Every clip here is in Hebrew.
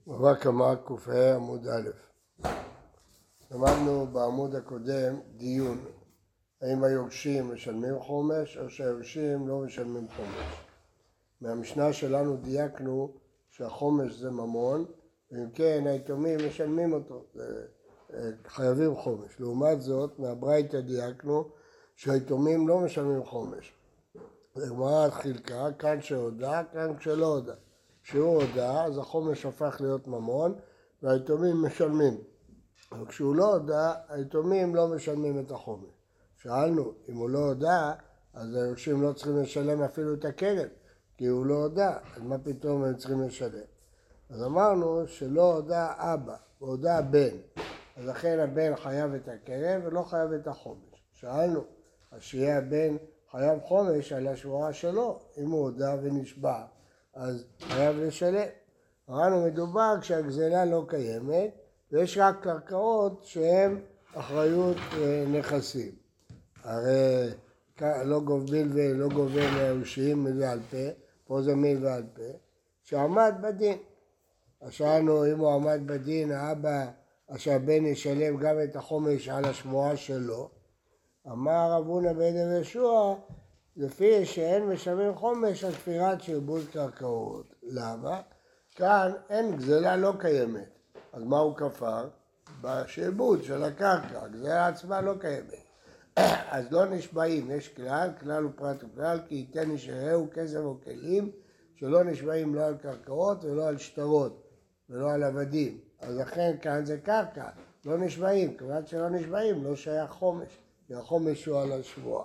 בבא קמא ק"ה עמוד א'. למדנו בעמוד הקודם דיון האם היורשים משלמים חומש או שהיורשים לא משלמים חומש. מהמשנה שלנו דייקנו שהחומש זה ממון, ואם כן היתומים משלמים אותו, חייבים חומש. לעומת זאת מהברייתא דייקנו שהיתומים לא משלמים חומש. הגמרא חילקה, כאן שהודע, כאן כשלא הודע. כשהוא הודע, אז החומש הפך להיות ממון, והיתומים משלמים. אבל כשהוא לא הודע, היתומים לא משלמים את החומש. שאלנו, אם הוא לא הודע, אז היורשים לא צריכים לשלם אפילו את הקרן, כי הוא לא הודע, אז מה פתאום הם צריכים לשלם? אז אמרנו שלא הודע אבא, והודע בן, אז לכן הבן חייב את הקרן ולא חייב את החומש. שאלנו, אז שיהיה הבן חייב חומש על השבועה שלו, אם הוא הודע ונשבע, אז חייב לשלם. אמרנו, מדובר כשהגזלה לא קיימת, ויש רק קרקעות שהן אחריות נכסים. הרי לא גובה מהיורשים מיל ועל פה, פה זה מיל ועל פה, שעמד בדין. אז שאלנו, אם הוא עמד בדין, האבא, אז שהבן ישלם גם את החומש על השבועה שלו. אמר רב הונא בן יהושע, לפי שאין משלמים חומש על תפירת שעבוד קרקעות. למה? כאן אין גזלה לא קיימת. אז מה הוא כפר? בשעבוד של הקרקע, הגזלה עצמה לא קיימת. אז לא נשבעים, יש כלל, כלל ופרט וכלל, כי ייתן ישרהו כסף או כלים, שלא נשבעים לא על קרקעות ולא על שטרות, ולא על עבדים. אז לכן כאן זה קרקע, לא נשבעים, כיוון שלא נשבעים, לא שייך חומש, כי החומש הוא על השבועה.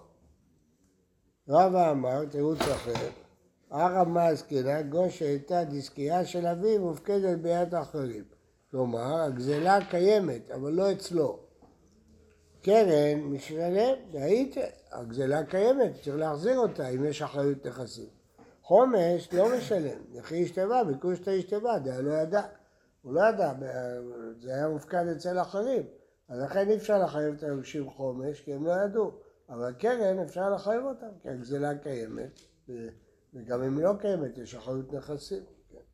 רבא אמר, תירוץ אחר, הרמ"א הזקנה, גוש הייתה דסקייה של אביו מופקדת ביד האחרים. כלומר, הגזלה קיימת, אבל לא אצלו. קרן משלם, והיית, הגזלה קיימת, צריך להחזיר אותה אם יש אחריות נכסים. חומש לא משלם, יחי ישתבע, ביקוש את הישתבע, זה לא ידע. הוא לא ידע, זה היה מופקד אצל אחרים. אז לכן אי אפשר לחייב את היורשים חומש, כי הם לא ידעו. אבל קרן אפשר לחייב אותם, כי הגזלה קיימת, וגם אם לא קיימת, יש אחריות נכסים.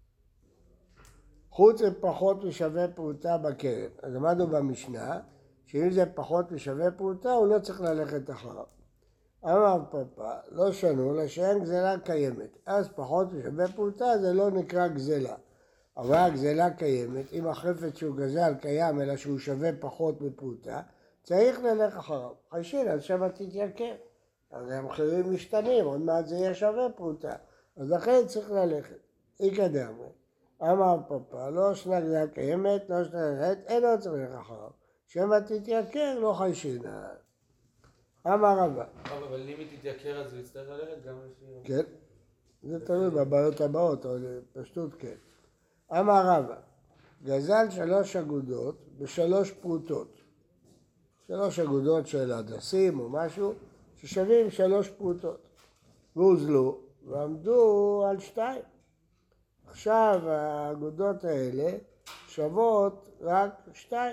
חוץ זה פחות משווה פרוטה בקרן. אז למדנו במשנה, שאם זה פחות משווה פרוטה, הוא לא צריך ללכת אחריו. אמר פאפא, לא שנו, אלא שאין גזלה קיימת. אז פחות משווה פרוטה, זה לא נקרא גזלה. אבל הגזלה קיימת, אם החפץ שהוא גזל קיים, אלא שהוא שווה פחות מפרוטה, צריך ללך אחריו. חיישין, אז שמה תתייקר. אז המחירים משתנים, עוד מעט זה יהיה שווה פרוטה. אז לכן צריך ללכת. יקדם. אמר פאפא, לא שנה גזלה קיימת, לא שנה גזלה, אין עוד צריך ללך אחריו. שמה תתייקר, לא חיישין. אמר רבא. אבל אם היא תתייקר אז הוא יצטרך ללכת גם לפי... כן, זה תלוי בבעיות הבאות, אבל פשטות כן. אמר רבא, גזל 3 אגודות ב3 פרוטות. 3 אגודות של הדסים או משהו, ששווים 3 פרוטות. והוזלו ועמדו על 2. עכשיו האגודות האלה שוות רק 2.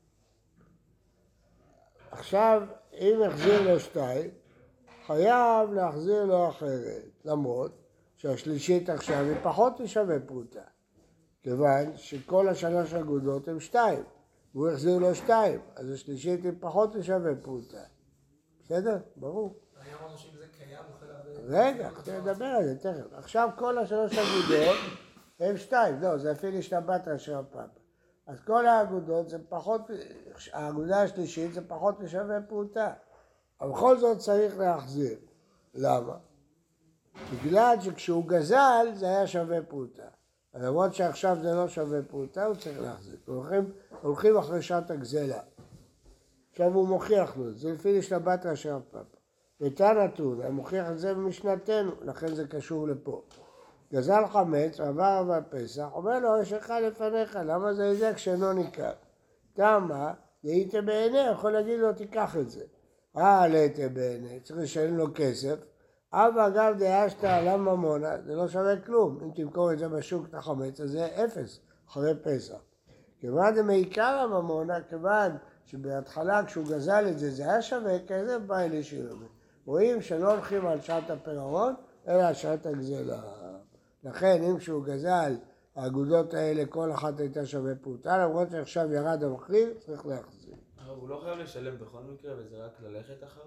עכשיו אם יחזיר לו 2, חייב להחזיר לו אחרת, למרות שהשלישית עכשיו היא פחות משווה פרוטה. כיוון שכל 3 אגודות הם 2, והוא יחזיר לו 2, אז השלישית היא פחות משווה פרוטה. בסדר? ברור. אני אמרנו שאם זה קיים, הוא חייב... רגע, נדבר על זה תכף. עכשיו כל 3 אגודות הם 2, לא, זה אפילו השתבט אשר הפעם. אז כל האגודות זה פחות, האגודה השלישית זה פחות משווה פרוטה. אבל בכל זאת צריך להחזיר. למה? בגלל שכשהוא גזל זה היה שווה פרוטה. למרות שעכשיו זה לא שווה פרוטה, הוא צריך להחזיר. הולכים אחרי שעת הגזלה. עכשיו הוא מוכיח לו, זה לפי השתבט אשר הפעם. ותא נתון, הוא מוכיח את זה במשנתנו, לכן זה קשור לפה. גזל חמץ, עבר בפסח, אומר לו, יש לך לפניך, למה זה זה כשאינו ניכר? תמה, דהית בעיני, יכול להגיד לו, תיקח את זה. עלית בעיני, צריך לשלם לו כסף, אבל אגב דאשת עליו ממונה, זה לא שווה כלום. אם תמכור את זה בשוק את החמץ, אז זה 0, אחרי פסח. כיוון זה מעיקר הממונה, כיוון שבהתחלה כשהוא גזל את זה, זה היה שווה כסף, בא אלי שירבה. רואים שלא הולכים על שעת הפירעון, אלא על שעת הגזלה. לכן אם כשהוא גזל האגודות האלה כל אחת הייתה שווה פרוטה, למרות שעכשיו ירד המחיר, צריך להחזיר. אבל הוא לא חייב לשלם בכל מקרה, וזה רק ללכת אחריו?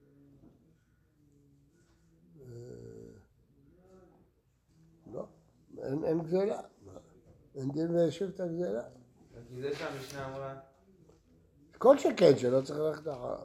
לא, אין גזלה. אין דין וישיב את הגזלה. כי זה שהמשנה אמרה... כל שכן שלא צריך ללכת אחריו.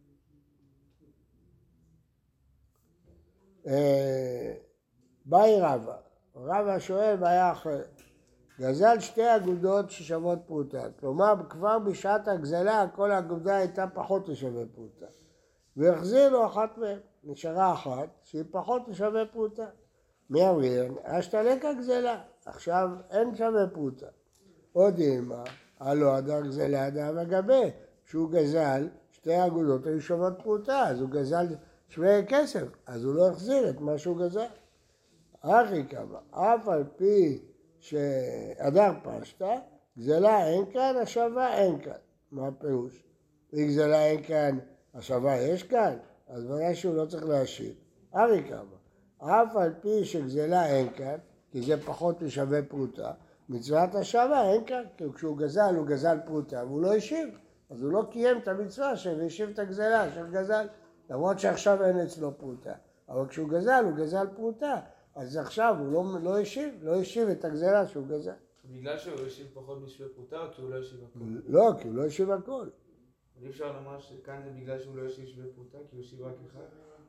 באי רבא. רבא שואל בעיה אחרת. גזל שתי אגודות ששוות פרוטה. כלומר, כבר בשעת הגזלה כל האגודה הייתה פחות לשווה פרוטה. והחזיר לו אחת מהן. נשארה אחת שהיא פחות לשווה פרוטה. מי אמרין? אשתלק הגזלה. עכשיו אין שווה פרוטה. עוד אימה, הלא הדר גזלה אדם הגבה. שהוא גזל, שתי אגודות היו שוות פרוטה, אז הוא גזל שווה כסף, אז הוא לא החזיר את מה שהוא גזל. אחי כמה, אף על פי שהדר פשטה, גזלה אין כאן, השווה אין כאן. מה הפירוש? אם גזלה אין כאן, השווה יש כאן, אז ודאי שהוא לא צריך להשיב. אחי כמה, אף על פי שגזלה אין כאן, כי זה פחות משווה פרוטה, מצוות השווה אין כאן, כי כשהוא גזל, הוא גזל פרוטה, והוא לא השיב. אז הוא לא קיים את המצווה שהשיב את הגזלה של גזל, למרות שעכשיו אין אצלו פרוטה. אבל כשהוא גזל, הוא גזל פרוטה. אז עכשיו הוא לא השיב את הגזלה שהוא גזל. בגלל שהוא השיב פחות משווה פרוטה, או כי הוא לא השיב הכל? לא, כי הוא לא השיב הכל. אי אפשר לומר שכאן זה בגלל שהוא לא השיב שווה פרוטה, כי הוא השיב רק אחד?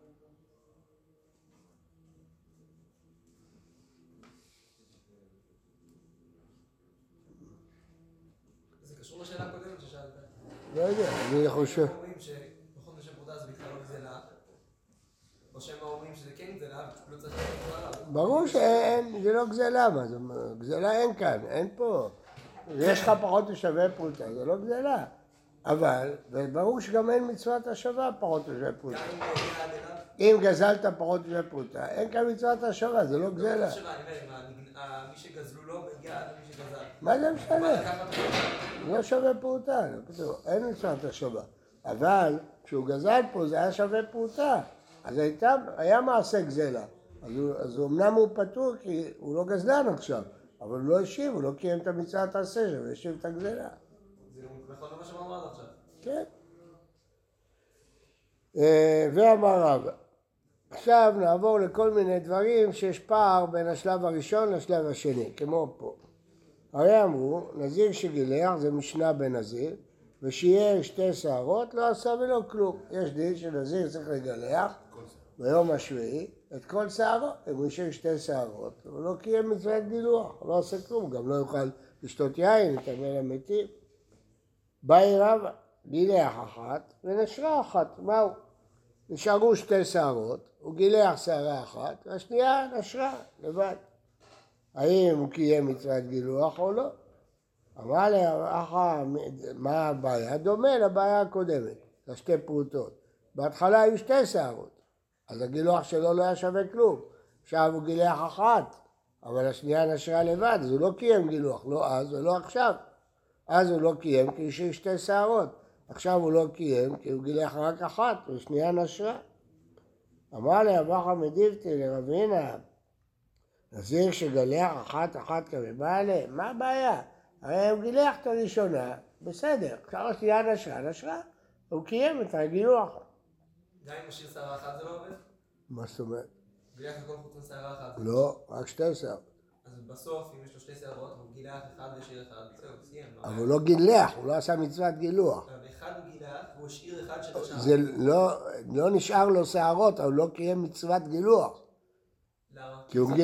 זה קשור לשאלה הקודמת ששאלת. לא יודע, אני חושב. הם אומרים שפחות משווה פרוטה זה בכלל לא גזלה, או שהם אומרים שזה כן גזלה, לא צריך לקרוא עליו. ברור שאין, זה לא גזלה, מה זה? גזלה אין כאן, אין פה. יש לך פחות משווה פרוטה, זה לא גזלה. אבל, ברור שגם אין מצוות השווה פחות משווה פרוטה. אם גזלת פחות משווה פרוטה, אין כאן מצוות השווה, זה לא גזלה. מי שגזלו לו הגיע עד מי שגזל. מה זה משנה? לא שווה פרוטה, אין מצוות השווה. אבל כשהוא גזל פה זה היה שווה פרוטה, אז היה מעשה גזלה. אז אמנם הוא פטור כי הוא לא גזלן עכשיו, אבל הוא לא השיב, הוא לא קיים את המצוות העשה שלו, הוא השיב את הגזלה. זה נכון למה שאמרנו עד עכשיו. כן. ואמר רבא. עכשיו נעבור לכל מיני דברים שיש פער בין השלב הראשון לשלב השני, כמו פה. הרי אמרו, נזיר שגילח זה משנה בנזיר, ושיהיה שתי שערות לא עשה ולא כלום. יש דין שנזיר צריך לגלח ביום השביעי את כל שערות. אם הוא ישאיר שתי שערות, הוא לא קיים מצוות גילוח, הוא לא עושה כלום, גם לא יוכל לשתות יין, יטמא למתים. באי רבא, גילח אחת ונשרה אחת, מהו? נשארו שתי שערות, הוא גילח שערה אחת, והשנייה נשרה לבד. האם הוא קיים מצוות גילוח או לא? אמר לה, מה הבעיה? דומה לבעיה הקודמת, לשתי פרוטות. בהתחלה היו שתי שערות, אז הגילוח שלו לא היה שווה כלום. עכשיו הוא גילח אחת, אבל השנייה נשרה לבד, אז הוא לא קיים גילוח, לא אז ולא עכשיו. אז הוא לא קיים כי יש שתי שערות. עכשיו הוא לא קיים כי הוא גילח רק אחת ושנייה נשרה. אמר לה, אבא מדיבתי לרבינה, נזיר שגלח אחת כמבעלה, מה הבעיה? הרי הוא גילח את הראשונה, בסדר, עכשיו השנייה נשרה, הוא קיים את הגילוח. גם אם משאיר שערה אחת זה לא עובד? מה זאת אומרת? גילח הכל חוץ משערה אחת. לא, רק שתי שערות. אז בסוף, אם יש לו שתי שערות, הוא גילח אחד והשאיר אחד, זהו, סיים. אבל הוא לא גילח, הוא לא עשה מצוות גילוח. אחד הוא גילח, והוא השאיר אחד של השערה. זה לא נשאר לו שערות, אבל הוא לא קיים מצוות גילוח. למה? כי הוא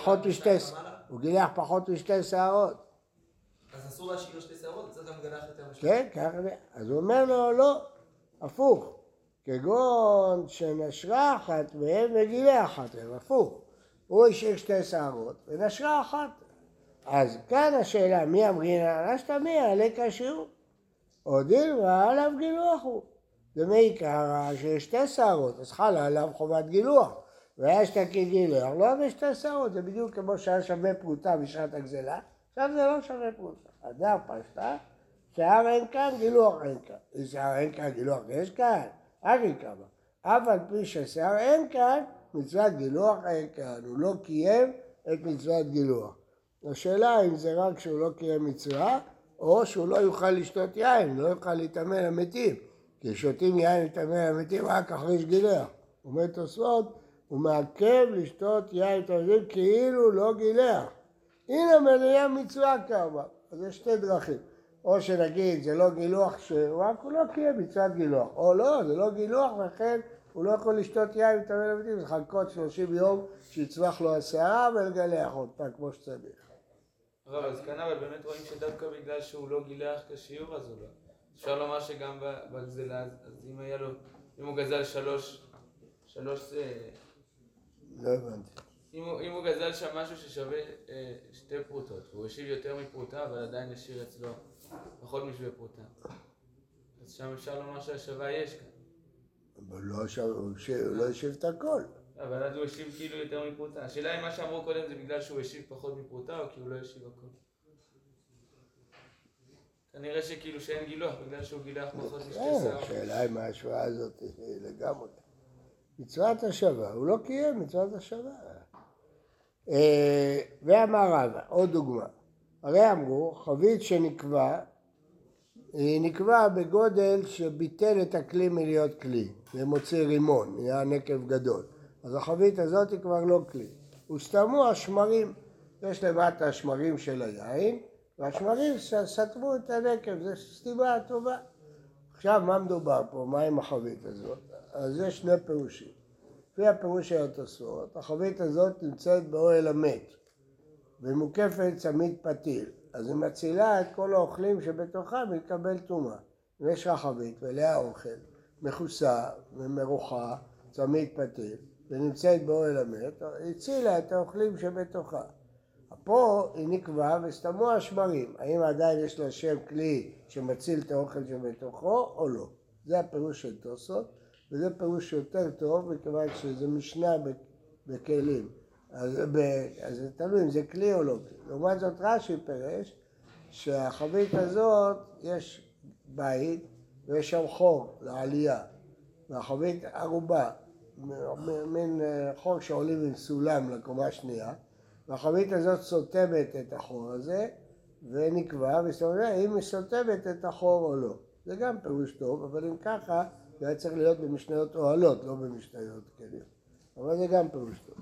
גילח פחות משתי שערות. אז אסור להשאיר שתי שערות, צריך גם גלח יותר משתי. כן, ככה זה. אז הוא אומר לו, לא, הפוך. כגון שנשרה אחת מהם וגילח אחת מהם, הפוך. הוא השאיר שתי שערות ונשרה אחת. אז כאן השאלה, מי אמרינה? נשתמע, לקה שיעור. או דילמה, עליו גילוח הוא. זה מעיקר שיש שתי שערות, אז חלה עליו חובת גילוח. והיה שתקי גילח, לא אבל שתי שערות, זה בדיוק כמו שהיה שווה פרוטה בשעת הגזלה, עכשיו זה לא שווה פרוטה. הדר פשטה, שער אין כאן, גילוח אין כאן. שער אין כאן, גילוח יש כאן, ארי כמה. אף על פי ששער אין כאן, מצוות גילוח אין כאן, הוא לא קיים את מצוות גילוח. השאלה אם זה רק שהוא לא קיים מצווה, או שהוא לא יוכל לשתות יין, לא יוכל להתאמן למתים. כי שותים יין להתאמן למתים רק אחרי שגילח. אומר תוספות, הוא מעכב לשתות יין תמיד כאילו לא גילח. הנה מניעה מצווה כאמר. אז יש שתי דרכים. או שנגיד זה לא גילוח שרק הוא לא קיים מצוות גילוח. או לא, זה לא גילוח ולכן הוא לא יכול לשתות יין להתאמן למתים. זה חכות 30 יום שיצמח לו השערה ולגלח אותה כמו שצריך. הרב, אז כאן אבל באמת רואים שדווקא בגלל שהוא לא גילח כשיעור אז הוא לא. אפשר לומר שגם בגזלה, אז אם היה לו, אם הוא גזל שלוש, לא הבנתי. אם הוא גזל שם משהו ששווה 2 פרוטות, והוא השיב יותר מפרוטה, אבל עדיין השאיר אצלו פחות משווה פרוטה. אז שם אפשר לומר שהשווה יש כאן. אבל הוא לא השיב את הכל. אבל אז הוא השיב כאילו יותר מפרוטה. השאלה היא מה שאמרו קודם זה בגלל שהוא השיב פחות מפרוטה או כי הוא לא השיב הכל. כנראה שכאילו שאין גילוח בגלל שהוא גילח פחות משתי שערות. השאלה היא מה ההשוואה הזאת לגמרי. מצוות השווה, הוא לא קיים מצוות השווה. ואמר רבא, עוד דוגמה. הרי אמרו, חבית שנקבע, היא נקבע בגודל שביטל את הכלי מלהיות כלי, ומוציא רימון, נהיה נקב גדול. אז החבית הזאת היא כבר לא כלי. וסתמו השמרים, יש למטה השמרים של היין, והשמרים סתמו את הנקב, זה סתימה טובה. עכשיו מה מדובר פה, מה עם החבית הזאת? אז יש 2 פירושים. לפי הפירוש של התוספות, החבית הזאת נמצאת באוהל המת, ומוקפת צמיד פתיל. אז היא מצילה את כל האוכלים שבתוכה מלקבל טומאה. אם יש לך חבית ואליה אוכל, מכוסה ומרוחה, צמיד פתיל, ונמצאת באוהל המת, היא הצילה את האוכלים שבתוכה. פה היא נקבע וסתמו השמרים. האם עדיין יש לה שם כלי שמציל את האוכל שבתוכו או לא? זה הפירוש של תוספות, וזה פירוש יותר טוב, מכיוון שזה משנה בכלים. אז זה תלוי אם זה כלי או לא כלי. לעומת זאת רש"י פירש שהחבית הזאת יש בית ויש שם חור לעלייה. והחבית ערובה, מין חור שעולים עם סולם לקומה שנייה. והחבית הזאת סותמת את החור הזה ונקבע וסתובבה אם היא סותמת את החור או לא. זה גם פירוש טוב, אבל אם ככה זה היה צריך להיות במשניות אוהלות, לא במשניות כלים. אבל זה גם פירוש טוב.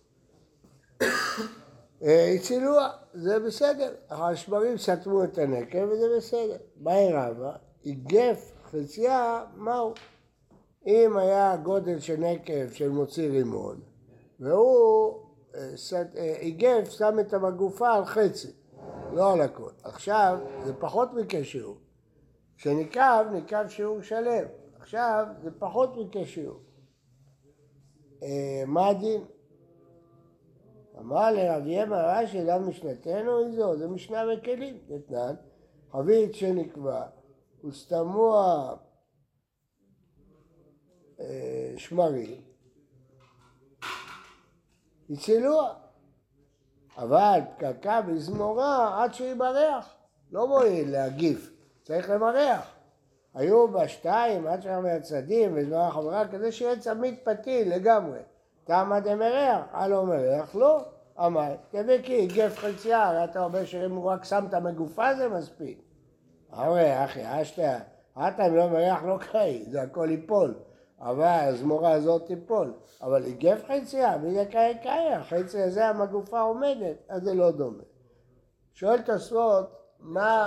הצילוע, זה בסדר. השמרים סתמו את הנקב וזה בסדר. באי רבא, איגף חציה, מהו? אם היה גודל של נקב של מוציא רימון, והוא איגף שם את המגופה על חצי, לא על הכל. עכשיו זה פחות מכשיעור. כשניקב, ניקב שיעור שלם. עכשיו זה פחות מכשיעור. מה הדין? אמר לרבי ימא רש"י, למה משנתנו איזו? זה משנה בכלים. נתנן, חבית שנקבע, וסתמו השמרים, הצילוה. אבל פקקה בזמורה עד שימרח. לא מועיל להגיף, צריך למרח. היו בשתיים עד שם מהצדים וזמרה חברה כדי שיהיה צמיד פתיל לגמרי. תמה דמרח, הלא מרח, לא. אמר, תבקי, גף חציה, הרי אתה אומר שאם הוא רק שם את המגופה זה מספיק. הרי אחי, אתה אם לא מרח לא קראי, זה הכל ייפול. אבל הזמורה הזאת תיפול. אבל היא גף חציה, וזה קאי, החצי הזה המגופה עומדת, אז זה לא דומה. שואל תוספות, מה...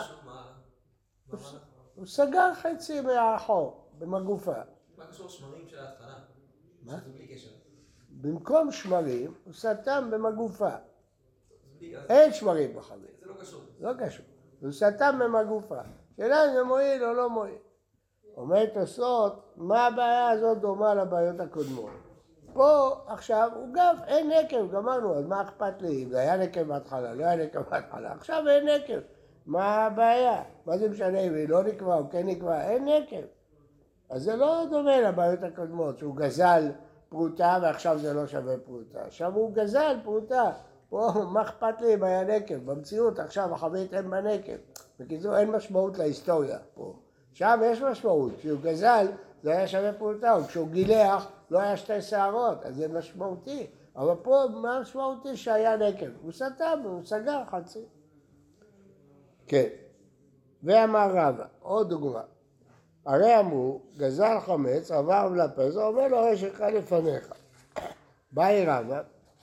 הוא סגר חצי מהחור, במגופה. מה קשור שמרים של ההתחלה? מה? זה בלי קשר. במקום שמרים, הוא סתם במגופה. אין שמרים בחבית. זה לא קשור. לא קשור. הוא סתם במגופה. שאלה אם זה מועיל או לא מועיל. אומר תוספות, מה הבעיה הזאת דומה לבעיות הקודמות? פה עכשיו הוא גב, אין נקב, גמרנו, אז מה אכפת לי? אם זה היה נקב בהתחלה, לא היה נקב בהתחלה, עכשיו אין נקב. מה הבעיה? מה זה משנה אם היא לא נקבע או כן נקבע? אין נקב. אז זה לא דומה לבעיות הקודמות, שהוא גזל פרוטה ועכשיו זה לא שווה פרוטה. עכשיו הוא גזל פרוטה, פה מה אכפת לי אם היה נקב? במציאות עכשיו החבית אין בנקב. בקיצור אין משמעות להיסטוריה פה. שם יש משמעות, כשהוא גזל זה היה שווה פרוטה, וכשהוא גילח לא היה 2 שערות, אז זה משמעותי. אבל פה מה משמעותי שהיה נקב? הוא סתם, הוא סגר חצי. כן. ואמר רבא, עוד דוגמה. הרי אמרו, גזל חמץ, עבר לפסח, אומר לו, הרי שלך לפניך. באי רבא,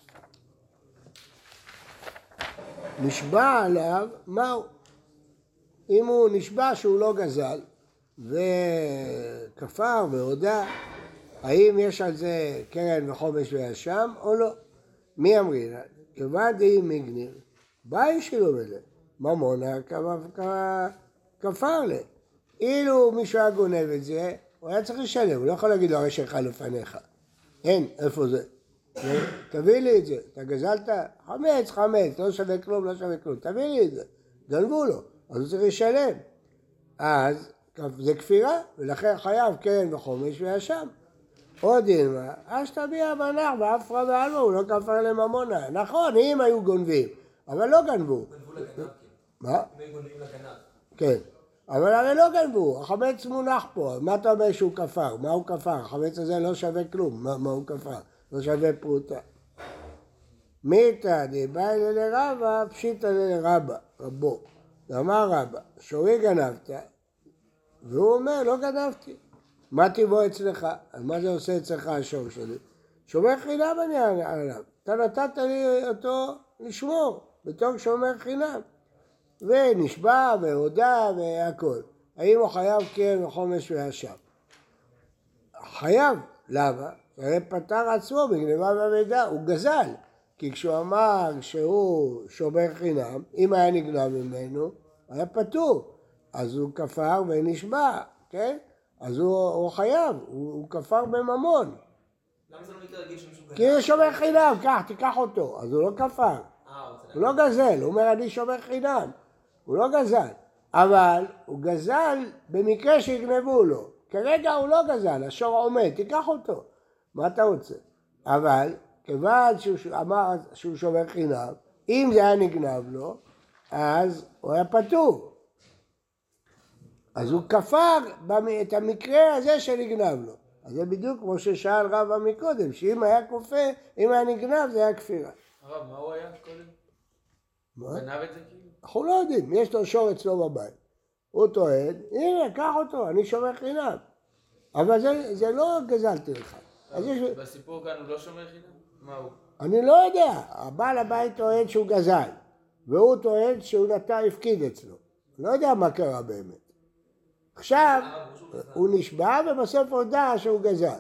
נשבע עליו, מהו? אם הוא נשבע שהוא לא גזל, וכפר והודה, האם יש על זה קרן וחומש וישם או לא? מי אמרינה? כיוון דהי מגניר, באי שלו מלא, ממונה כפר לה. אילו מישהו היה גונב את זה, הוא היה צריך לשלם, הוא לא יכול להגיד לו הרי שלך לפניך. אין, איפה זה? תביא לי את זה, אתה גזלת? חמץ, חמץ, לא שווה כלום, לא שווה כלום, תביא לי את זה. גנבו לו, אז הוא צריך לשלם. אז זה כפירה, ולכן חייב קרן וחומש וישם. עוד דילמה, אז תביע בנח ואפרה ועלמה, הוא לא כפר לממונה. נכון, אם היו גונבים, אבל לא גנבו. גנבו לגנב. מה? אם היו גונבים לגנב. כן, אבל הרי לא גנבו, החמץ מונח פה, מה אתה אומר שהוא כפר? מה הוא כפר? החמץ הזה לא שווה כלום, מה הוא כפר? לא שווה פרוטה. מיתא דבאי לרבא, פשיטא לרבא, רבו. אמר רבא, שורי גנבת, והוא אומר, לא גנבתי. מה טיבו אצלך? אז מה זה עושה אצלך השור שלי? שומר חינם אני עליו. אתה נתת לי אותו לשמור, בתור שומר חינם. ונשבע והודה והכל. האם הוא חייב קרן וחומש וישם? חייב. למה? הרי פטר עצמו בגניבה והמידע, הוא גזל. כי כשהוא אמר שהוא שומר חינם, אם היה נגנב ממנו, היה פטור. אז הוא כפר ונשבע, כן? אז הוא חייב, הוא כפר בממון. למה זה לא נקרא להגיד שמישהו גנב? כי הוא שומר חינם, תיקח אותו. אז הוא לא כפר. הוא לא גזל, הוא אומר אני שומר חינם. הוא לא גזל. אבל הוא גזל במקרה שיגנבו לו. כרגע הוא לא גזל, השור עומד, תיקח אותו. מה אתה רוצה? אבל כיוון שהוא אמר שהוא שומר חינם, אם זה היה נגנב לו, אז הוא היה פטור. אז הוא כפר את המקרה הזה שנגנב לו. אז זה בדיוק כמו ששאל רבא מקודם, שאם היה כופה, אם היה נגנב זה היה כפירה. הרב, מה הוא היה קודם? מה? הוא גנב את זה כאילו? אנחנו לא יודעים, יש לו שור אצלו בבית. הוא טוען, הנה, קח אותו, אני שומר חינם. אבל זה לא גזלתי לך. אז יש... בסיפור כאן הוא לא שומר חינם? מה הוא? אני לא יודע, הבעל הבית טוען שהוא גזל, והוא טוען שהוא הפקיד אצלו. לא יודע מה קרה באמת. עכשיו, הוא נשבע ובסוף הודע שהוא גזל.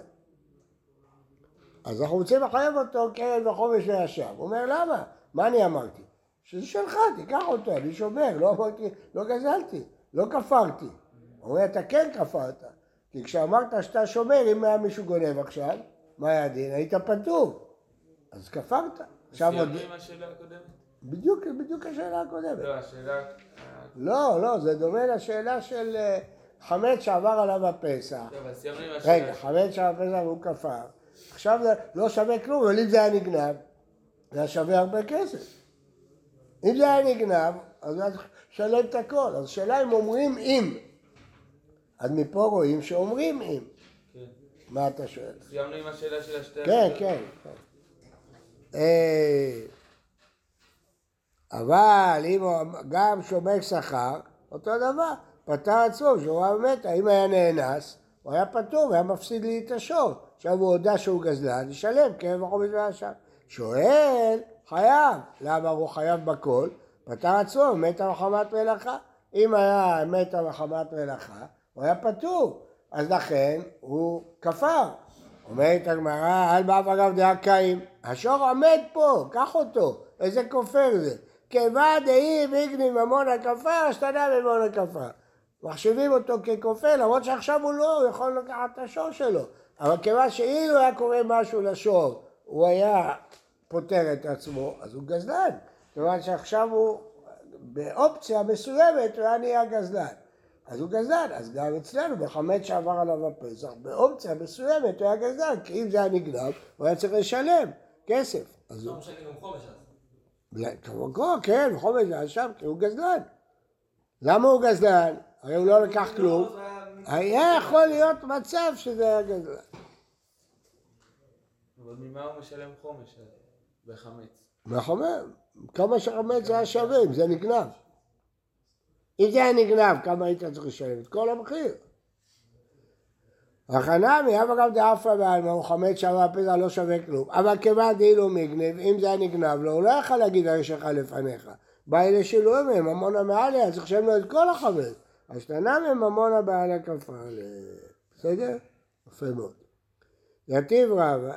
אז אנחנו רוצים לחייב אותו קרן וחומש וישם. הוא אומר, למה? מה אני אמרתי? שזה שלך, תיקח אותו, אני שומר, לא אמרתי, לא גזלתי, לא כפרתי. הוא אומר, אתה כן כפרת. כי כשאמרת שאתה שומר, אם היה מישהו גונב עכשיו, מה היה הדין? היית פטור. אז כפרת. סיימנו עם השאלה הקודמת? בדיוק השאלה הקודמת. לא, השאלה... לא, זה דומה לשאלה של חמץ שעבר עליו הפסח. אבל סיימנו עם השאלה... רגע, חמץ שעבר הפסח והוא כפר. עכשיו זה לא שווה כלום, אבל אם זה היה נגנב, זה היה שווה הרבה כסף. אם זה היה נגנב, אז הוא שלם את הכל. אז השאלה אם אומרים אם. אז מפה רואים שאומרים אם. כן. מה אתה שואל? סיימנו עם השאלה של השתי... כן. אבל אם הוא גם שומר שכר, אותו דבר, פטר עצמו, שהוא היה מת, אם היה נאנס, הוא היה פטור והיה מפסיד לי את השור. עכשיו הוא הודע שהוא גזלן, ישלם, כן, וחומש וישם. שואל, חייב. למה הוא חייב בכל? פטר עצמו, מת מחמת מלאכה. אם היה מת מחמת מלאכה, הוא היה פטור. אז לכן הוא כפר. אומרת הגמרא, על באב אגב דעה קיים. השור עומד פה, קח אותו. איזה כופר זה? כיוון דהי מגני ממון הכפר, השתנה ממון הכפר. מחשיבים אותו ככופר, למרות שעכשיו הוא לא, הוא יכול לקחת את השור שלו. אבל כיוון שאילו היה קורה משהו לשור, הוא היה פותר את עצמו, אז הוא גזלן. כיוון שעכשיו הוא באופציה מסוימת, הוא היה נהיה גזלן. אז הוא גזלן, אז גם אצלנו, בחמץ שעבר עליו הפסח, באופציה מסוימת הוא היה גזלן, כי אם זה היה נגנב, הוא היה צריך לשלם כסף. אז לא משנה גם חומש אז. כמובן, כן, חומש וישם, כי הוא גזלן. למה הוא גזלן? הרי הוא לא לקח כלום. היה יכול להיות מצב שזה היה גזלן. אבל ממה הוא משלם חומש? בחמץ. מהחמץ, כמה שחמץ זה היה שווה, אם זה נגנב. אם זה היה נגנב, כמה היית צריך לשלם? את כל המחיר. החנמי, אף אגב דאפרא בעלמא, הוא חמץ שווה פסח לא שווה כלום. אבל כיוון דאילו מגנב, אם זה היה נגנב לו, הוא לא יכול להגיד הרי שלך לפניך. בא אלה שילויים מהם, ממונה מעליה, אז חשב לו את כל החמץ. אז תנא מהם ממונה בעליה כפרה. בסדר? יפה מאוד. יתיב רבא,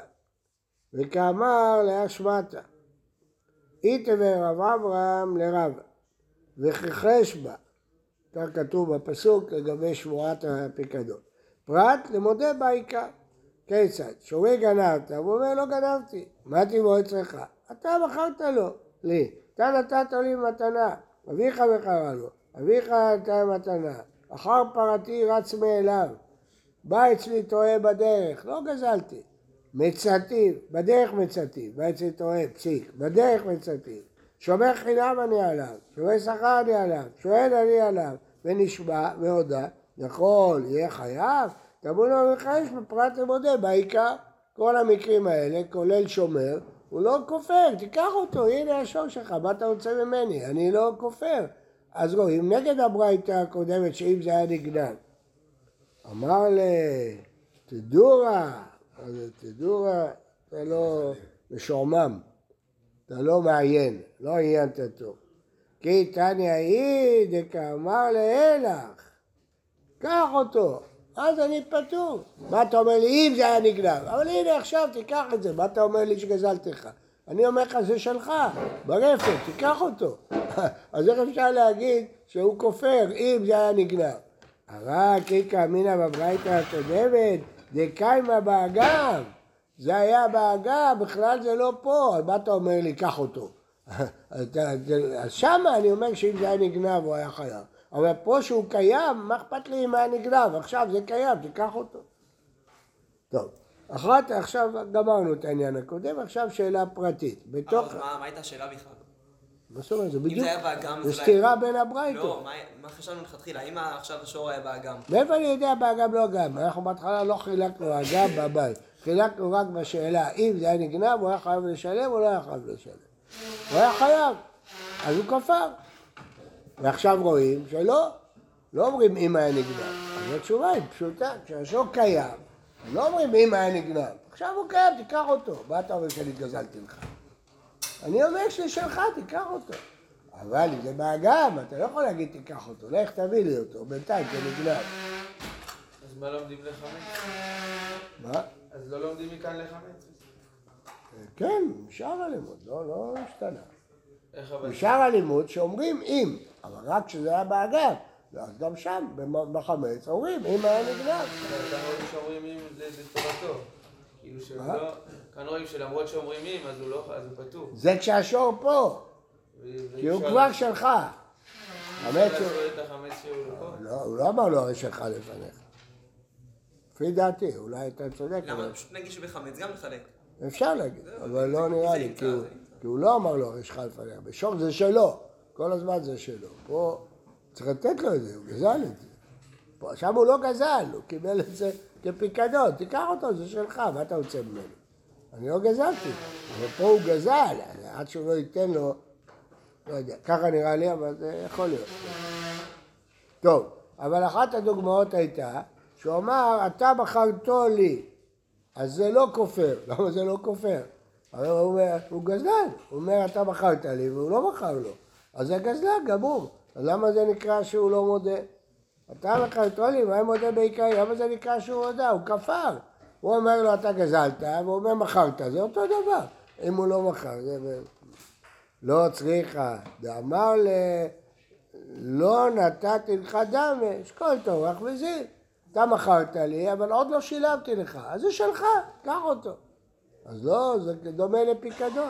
וכאמר להשמטה. איתבר רב אברהם לרבא, וכיחש בה, כך כתוב בפסוק לגבי שבועת הפיקדון. פרט למודה בעיקר. כיצד? שומרי גנבת, הוא אומר לא גנבתי. מה תבוא אצלך? אתה מכרת לו, לי. אתה נתת לי מתנה, אביך וקרא לו, אביך נתן מתנה. אחר פרתי רץ מאליו. בא אצלי טועה בדרך, לא גזלתי. מצאתיו, בדרך מצאתיו, בא אצלי טועה, פסיק, בדרך מצאתיו. שומר חינם אני עליו, שומר שכר אני עליו, שואל אני עליו, ונשבע והודה, יכול, יהיה חייב, תבוא לו מחייש בפרט למודה, בעיקר כל המקרים האלה, כולל שומר, הוא לא כופר, תיקח אותו, הנה השור שלך, מה אתה רוצה ממני, אני לא כופר. אז רואים, נגד הברייתא הקודמת, שאם זה היה נגנב, אמר תדורה, אתה לא משועמם, אתה לא מעיין, לא עיינת טוב. כי תניא היא דקאמר להלך, קח אותו, אז אני פטור. מה אתה אומר לי, אם זה היה נגנב? אבל הנה עכשיו תיקח את זה, מה אתה אומר לי שגזלתי לך? אני אומר לך, זה שלך, ברפת, תיקח אותו. אז איך אפשר להגיד שהוא כופר אם זה היה נגנב? רק איקא אמינא בברייתא הקודמת, דקיימא באגם. זה היה באגם, בכלל זה לא פה, מה אתה אומר לי, קח אותו? אז שמה אני אומר שאם זה היה נגנב הוא היה חייב. אבל פה שהוא קיים, מה אכפת לי אם היה נגנב? עכשיו זה קיים, תיקח אותו. טוב, עכשיו גמרנו את העניין הקודם, עכשיו שאלה פרטית. אז מה הייתה השאלה בכלל? מה זאת אומרת? זה אם בדיוק, זה היה באגם, זה סתירה בין הברייתות. לא, מה חשבנו לכתחילה? האם עכשיו השור היה באגם? מאיפה אני יודע באגם לא אגם? אנחנו בהתחלה לא חילקנו אגם בבית. חילקנו רק בשאלה, אם זה היה נגנב, הוא היה חייב לשלם או לא היה חייב לשלם. הוא היה חייב, אז הוא כפר. ועכשיו רואים שלא, לא אומרים אם היה נגנב. אז התשובה היא פשוטה, כשהשור קיים, לא אומרים אם היה נגנב. עכשיו הוא קיים, תיקח אותו. מה אתה אומר שאני גזלתי לך? אני אומר שזה שלך, תיקח אותו. אבל אם זה באגם, אתה לא יכול להגיד תיקח אותו. לך תביא לי אותו, בינתיים זה נגנב. אז מה לומדים לחמץ? מה? אז לא לומדים מכאן לחמץ? כן, משאר הלימוד, לא השתנה. איך אבל? משאר הלימוד שאומרים אם, אבל רק כשזה היה באגם, אז גם שם, בחמץ, אומרים אם היה נגנב. אבל כאן רואים שאומרים אם לטובתו. כאילו שלא, כאן רואים שלמרות שאומרים אם, אז הוא פטור. זה כשהשור פה, כי הוא כבר שלך. חמץ שהוא... את החמץ שהוא פה? לא, הוא לא אמר לו הרי שלך לפניך. לפי דעתי, אולי אתה צודק. למה? פשוט נגיד שבחמץ גם לחלק. אפשר להגיד, אבל לא נראה לי, כי הוא לא אמר לו הרי שלך לפניך. בשור זה שלו, כל הזמן זה שלו. פה צריך לתת לו את זה, הוא גזל את זה. שם הוא לא גזל, הוא קיבל את זה כפיקדון, תיקח אותו, זה שלך, מה אתה רוצה ממנו? אני לא גזלתי, אבל פה הוא גזל, עד שהוא לא ייתן לו, לא יודע, ככה נראה לי, אבל זה יכול להיות. טוב, אבל אחת הדוגמאות הייתה, שהוא אמר, אתה מכרתו לי, אז זה לא כופר, למה זה לא כופר? אבל הוא אומר, הוא גזל, הוא אומר, אתה מכרת לי, והוא לא מכר לו, אז זה גזל, גמור, אז למה זה נקרא שהוא לא מודה? אתה מכרתו לי, מה מודה בעיקר? למה זה נקרא שהוא הודה? הוא כפר. הוא אומר לו, אתה גזלת, והוא אומר, מכרת, זה אותו דבר. אם הוא לא מכר, זה... לא צריכה. דאמר לא נתתי לך דמה, שכל תורך וזיל. אתה מכרת לי, אבל עוד לא שילמתי לך, אז זה שלך, קח אותו. אז לא, זה דומה לפיקדון.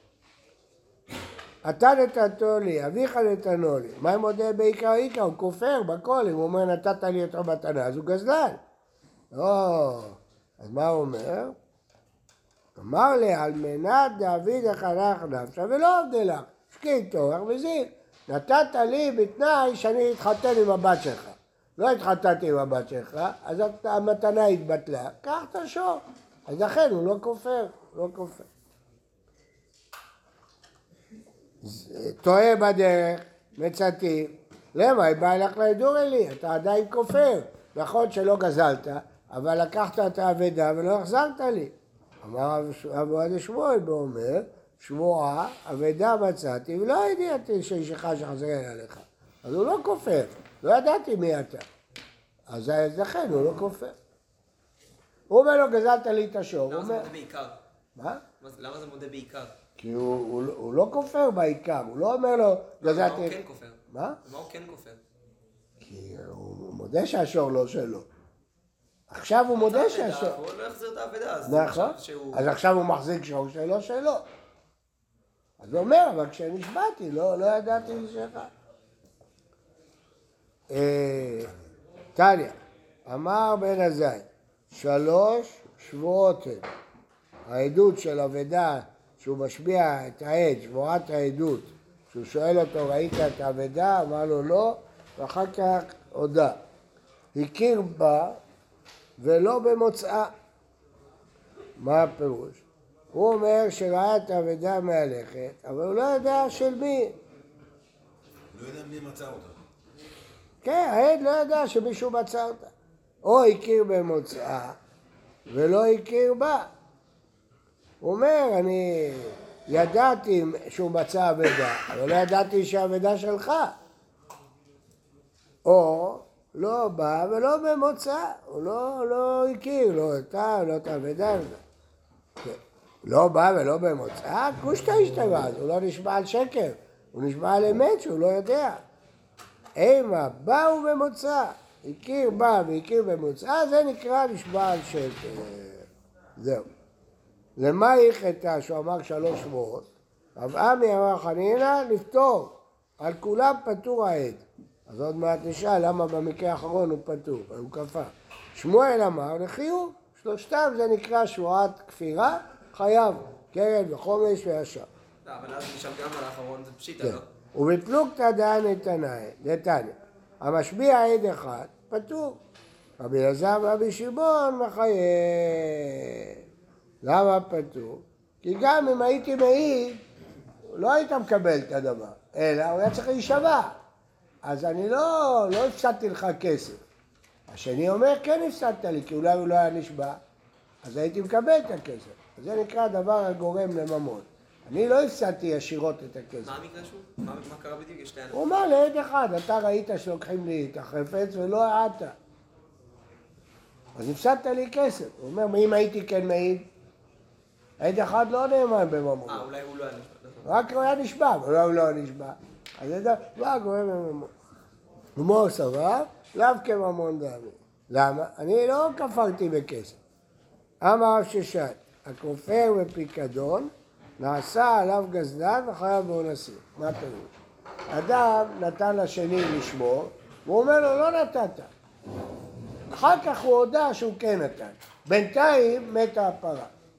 אתה נתתו לי, אביך נתנו לי. מה אם מודה בעיקר איקה? הוא כופר בכל, אם הוא אומר נתת לי אותו מתנה, אז הוא גזלן. לא, אז מה הוא אומר? אמר לי, על מנת דוד החנך נפשה ולא עובדי לך, שכין תורך וזיל. נתת לי בתנאי שאני אתחתן עם הבת שלך. לא התחתנתי עם הבת שלך, אז המתנה התבטלה, קח את השור. אז לכן הוא לא כופר, לא כופר. טועה בדרך, מצאתי, למה? היא באה לך להידור אלי, אתה עדיין כופר. נכון שלא גזלת, אבל לקחת את האבדה ולא החזרת לי. אמר אבו עדי שמואל ואומר, שבועה, אבדה מצאתי, ולא ידעתי שאישך שחזרן עליך. אז הוא לא כופר, לא ידעתי מי אתה. אז לכן הוא לא כופר. הוא אומר לו, גזלת לי את השור. למה זה מודה בעיקר? מה? למה זה מודה בעיקר? כי הוא לא כופר בעיקר, הוא לא אומר לו, גזלתי... מה הוא כן כופר? מה? מה הוא כן כופר? כי הוא מודה שהשור לא שלו. עכשיו הוא מודה שהשור... הוא לא יחזיר את האבדה, אז נכון, אז עכשיו הוא מחזיק שור שלו. אז הוא אומר, אבל כשנשבעתי, לא ידעתי שלך. טליה, אמר בן עזאי, 3 שבועות הם. העדות של אבדה, שהוא משביע את העד, שבועת העדות, שהוא שואל אותו, ראית את האבדה? אמר לו לא, ואחר כך הודה. הכיר בה ולא במוצאה. מה הפירוש? הוא אומר שראה את האבדה מהלכת, אבל הוא לא ידע של מי. לא יודע מי מצא אותה. כן, העד לא ידע שמישהו מצא אותה. או הכיר במוצאה ולא הכיר בה. הוא אומר, אני ידעתי שהוא מצא אבדה, אבל לא ידעתי שהאבדה שלך. או לא בא ולא במוצא, הוא לא הכיר, לא אותה, לא את האבדה. לא בא ולא במוצא, קושטה השתבע, הוא לא נשבע על שקר, הוא נשבע על אמת שהוא לא יודע. אימה, באו במוצא, הכיר בא והכיר במוצא, זה נקרא נשבע על שקר. זהו. למה היא חטא שהוא אמר 3 שבועות? רב עמי אמר חנינא לפתור, על כולם פטור העד. אז עוד מעט נשאל למה במקרה האחרון הוא פטור, הוא כפר. שמואל אמר לחיוב, 3 זה נקרא שבועת כפירה, חייב, קרן וחומש וישר. לא, אבל אז נשאל גם על האחרון, זה פשיטה, כן. לא? ובפלוגתא דעה נתניה, המשביע עד אחד, פטור. רבי אלעזר ורבי שמעון מחייב. למה פטור? כי גם אם הייתי מעיד, לא היית מקבל את הדבר, אלא הוא היה צריך להישבע. אז אני לא הפסדתי לך כסף. השני אומר, כן הפסדת לי, כי אולי הוא לא היה נשבע, אז הייתי מקבל את הכסף. אז זה נקרא דבר הגורם לממון. אני לא הפסדתי ישירות את הכסף. מה המקרה שוב? מה קרה בדיוק? יש הוא אומר לעד אחד, אתה ראית שלוקחים לי את החפץ ולא העדת. אז הפסדת לי כסף. הוא אומר, אם הייתי כן מעיד, עד אחד לא נאמן בממון. אולי הוא לא היה נשבע. רק הוא היה נשבע, אבל הוא לא נשבע. אז זה דבר גורם לממון. ומור סבר, לאו כממון דאמין. למה? אני לא כפרתי בכסף. אמר רב ששת, הכופר בפיקדון, נעשה עליו גזלן וחייב באונסים. מה הפירוש? אדם נתן לשני לשמור, והוא אומר לו, לא נתת. אחר כך הוא הודע שהוא כן נתן. בינתיים מתה הפרה.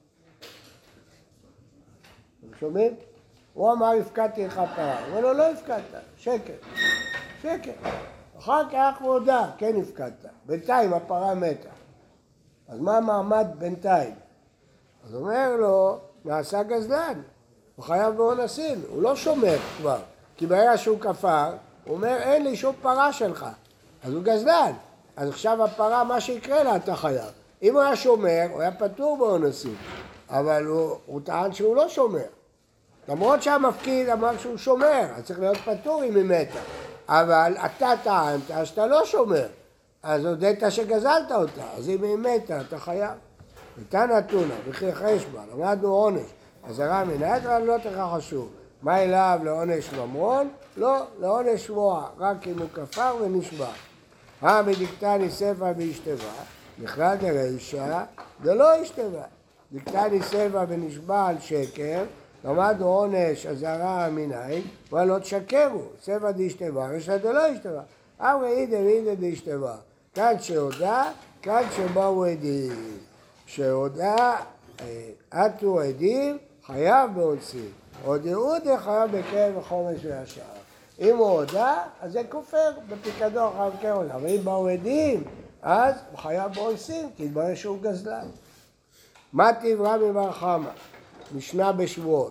אתם שומעים? הוא אמר, הפקדתי לך פרה. הוא אומר לו, לא הפקדת, שקר. שקר. אחר כך הוא הודע, כן הפקדת. בינתיים הפרה מתה. אז מה המעמד בינתיים? אז הוא אומר לו, נעשה גזלן, הוא חייב באונסין, הוא לא שומר כבר, כי ברגע שהוא כפר, הוא אומר, אין לי שום פרה שלך, אז הוא גזלן, אז עכשיו הפרה, מה שיקרה לה, אתה חייב. אם הוא היה שומר, הוא היה פטור באונסין, אבל הוא טען שהוא לא שומר. למרות שהמפקיד אמר שהוא שומר, אז צריך להיות פטור אם היא מתה, אבל אתה טענת שאתה לא שומר, אז הודית שגזלת אותה, אז אם היא מתה, אתה חייב. ניתן אתונה, וכי חשבון, למדנו עונש, אזהרה מן היתר לא תכחשו. מה אליו לעונש ממון? לא, לעונש שבועה, רק אם הוא כפר ונשבע. מדיקתני ספר והשתבע, בכלל דרישא, זה לא השתבע. דיקתני ספר ונשבע על שקר, למדנו עונש אזהרה מן היתר, אבל לא תשקרו, ספר דהשתבע, ושא דלא השתבע. אידה דהשתבע, כאן שהודע, כאן שבאו עדים. שהודע, עטו עדים, חייב באונסין. הודעו חייב בקרן וחומש והשאר. אם הוא הודע, אז זה כופר בפיקדון חייב קרן. אבל אם באו עדים, אז הוא חייב באונסין, כי התברר שהוא גזלן. מה תברא מבר חמא? משנה בשבועות.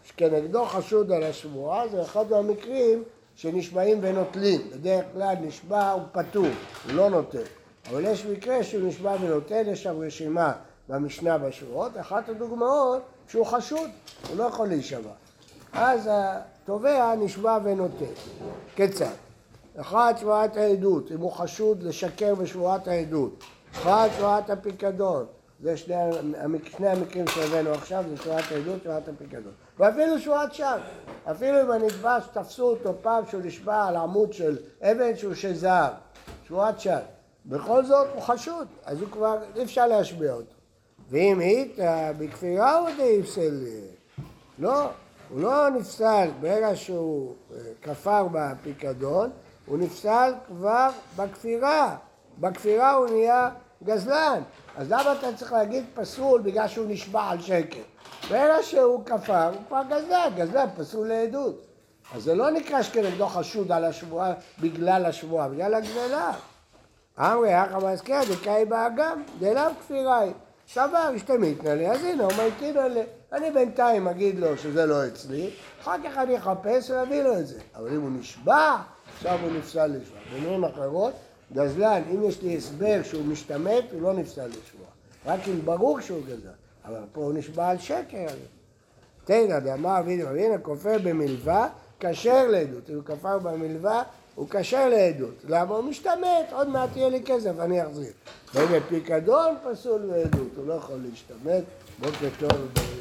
שכנגדו חשוד על השבועה, זה אחד מהמקרים שנשבעים ונוטלים. בדרך כלל נשבע הוא פטור, הוא לא נוטל. אבל יש מקרה שהוא נשבע ונוטל, יש שם רשימה במשנה בשבועות, אחת הדוגמאות שהוא חשוד, הוא לא יכול להישבע. אז התובע נשבע ונוטל. כיצד? אחת שבועת העדות, אם הוא חשוד לשקר בשבועת העדות. אחת שבועת הפיקדון, זה שני המקרים שהבאנו עכשיו, זה שבועת העדות, שבועת הפיקדון. ואפילו שבועת שווא, אפילו אם הנתבע שתפסו אותו פעם שהוא נשבע על עמוד של אבן שהוא של זהב, שבועת שווא. בכל זאת הוא חשוד, אז הוא כבר אי אפשר להשביע אותו. ואם היית בכפירה הוא די יפסל, לא, הוא לא נפסל ברגע שהוא כפר בפיקדון, הוא נפסל כבר בכפירה. בכפירה הוא נהיה גזלן. אז למה אתה צריך להגיד פסול בגלל שהוא נשבע על שקר? ברגע שהוא כפר הוא כבר גזלן, גזלן פסול לעדות. אז זה לא נקרא שכנגדו חשוד על השבועה בגלל השבועה, בגלל הגזלה. אמרי, אחר מזכיר, דקאי באגם, דלאו כפירה היא. סבר, השתמיתנה לי, אז הנה, הוא מיתינה לי. אני בינתיים אגיד לו שזה לא אצלי, אחר כך אני אחפש ולהביא לו את זה. אבל אם הוא נשבע, עכשיו הוא נפסל לשבוע. במילים אחרות, גזלן, אם יש לי הסבר שהוא משתמט, הוא לא נפסל לשבוע. רק אם ברור שהוא גזלן. אבל פה הוא נשבע על שקר. תדע, דאמר אבינו, הנה כופר במלווה, כשר לעדות. אם הוא כפר במלווה, הוא כשר לעדות. למה? הוא משתמט, עוד מעט יהיה לי כסף, אני אחזיר. ובפיקדון פסול לעדות, הוא לא יכול להשתמט. בוקר טוב.